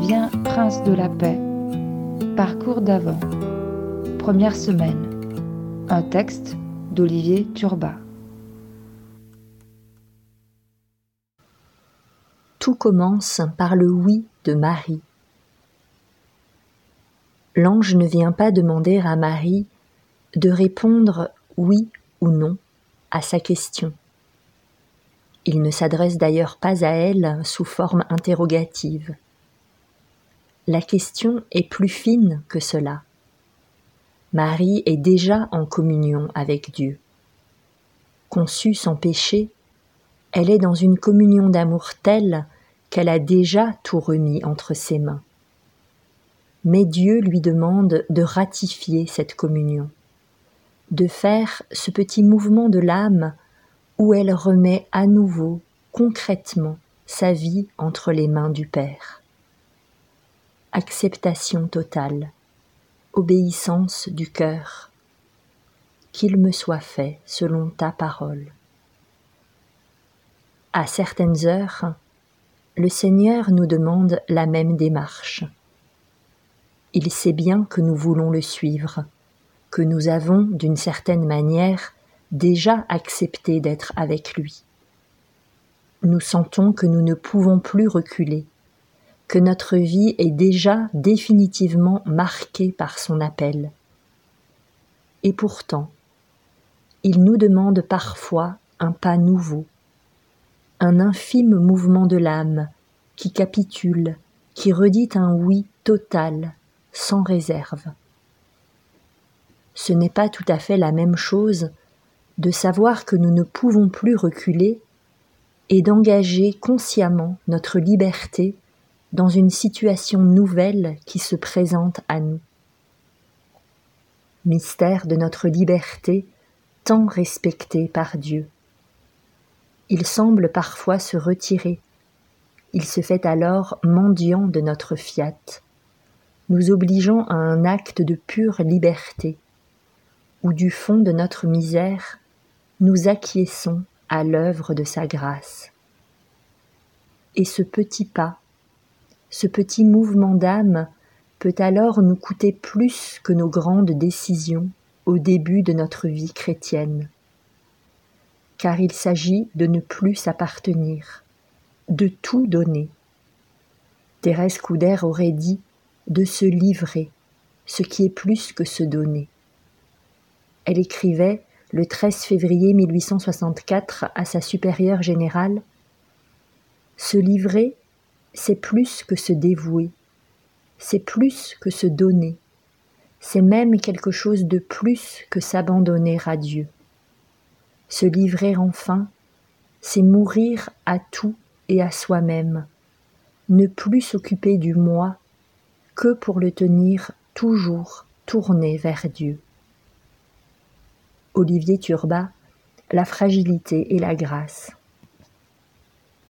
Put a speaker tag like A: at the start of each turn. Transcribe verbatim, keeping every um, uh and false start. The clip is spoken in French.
A: Viens, prince de la paix. Parcours d'Avent. Première semaine. Un texte d'Olivier Turba.
B: Tout commence par le oui de Marie. L'ange ne vient pas demander à Marie de répondre oui ou non à sa question. Il ne s'adresse d'ailleurs pas à elle sous forme interrogative. La question est plus fine que cela. Marie est déjà en communion avec Dieu. Conçue sans péché, elle est dans une communion d'amour telle qu'elle a déjà tout remis entre ses mains. Mais Dieu lui demande de ratifier cette communion, de faire ce petit mouvement de l'âme où elle remet à nouveau, concrètement, sa vie entre les mains du Père. Acceptation totale, obéissance du cœur. Qu'il me soit fait selon ta parole. À certaines heures, le Seigneur nous demande la même démarche. Il sait bien que nous voulons le suivre, que nous avons, d'une certaine manière, déjà accepté d'être avec lui. Nous sentons que nous ne pouvons plus reculer, que notre vie est déjà définitivement marquée par son appel. Et pourtant, il nous demande parfois un pas nouveau, un infime mouvement de l'âme qui capitule, qui redit un oui total, sans réserve. Ce n'est pas tout à fait la même chose de savoir que nous ne pouvons plus reculer et d'engager consciemment notre liberté dans une situation nouvelle qui se présente à nous. Mystère de notre liberté tant respecté par Dieu. Il semble parfois se retirer. Il se fait alors mendiant de notre fiat, nous obligeant à un acte de pure liberté, où du fond de notre misère, nous acquiesçons à l'œuvre de sa grâce. Et ce petit pas, ce petit mouvement d'âme peut alors nous coûter plus que nos grandes décisions au début de notre vie chrétienne. Car il s'agit de ne plus s'appartenir, de tout donner. Thérèse Couder aurait dit de se livrer, ce qui est plus que se donner. Elle écrivait le treize février mille huit cent soixante-quatre à sa supérieure générale « Se livrer, c'est plus que se dévouer, c'est plus que se donner, c'est même quelque chose de plus que s'abandonner à Dieu. Se livrer enfin, c'est mourir à tout et à soi-même, ne plus s'occuper du moi que pour le tenir toujours tourné vers Dieu. » Olivier Turba, La fragilité et la grâce.